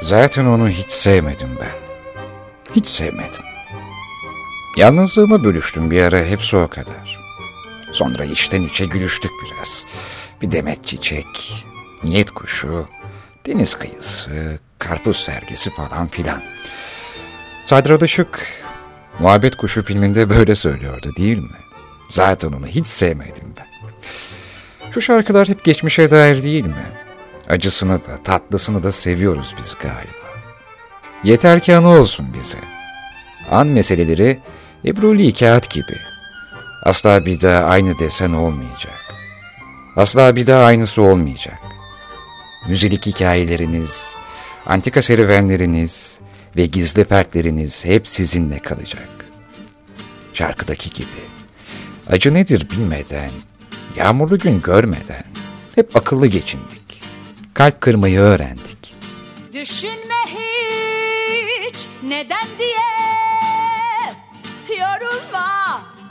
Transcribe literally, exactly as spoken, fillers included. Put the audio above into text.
Zaten onu hiç sevmedim ben. Hiç sevmedim. Yalnızlığımı bölüştüm bir ara, hepsi o kadar. Sonra içten içe gülüştük biraz. Bir demet çiçek, niyet kuşu, deniz kıyısı, karpuz sergisi falan filan. Sadri Alışık, Muhabbet Kuşu filminde böyle söylüyordu değil mi? Zaten onu hiç sevmedim ben. Şu şarkılar hep geçmişe dair değil mi? Acısını da tatlısını da seviyoruz biz galiba. Yeter ki anı olsun bize. An meseleleri Ebruli kağıt gibi. Asla bir daha aynı desen olmayacak. Asla bir daha aynısı olmayacak. Müzelik hikayeleriniz, antika serüvenleriniz ve gizli fertleriniz hep sizinle kalacak. Şarkıdaki gibi. Acı nedir bilmeden, yağmurlu gün görmeden hep akıllı geçindik. Kalp kırmayı öğrendik. Düşünme hiç neden diye, yorulma